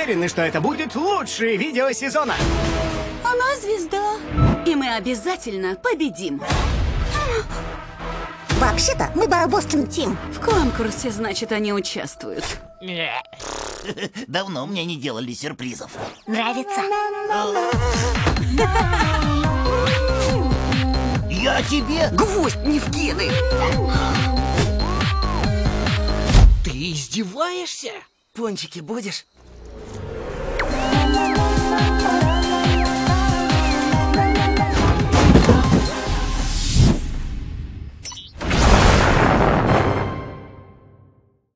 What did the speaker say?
уверены, что это будет лучшее видео сезона. Она звезда. И мы обязательно победим. Вообще-то, мы Барбоскин Тим. В конкурсе, значит, они участвуют. Давно мне не делали сюрпризов. Нравится? Я тебе... Гвоздь не в гены! Ты издеваешься? Пончики будешь?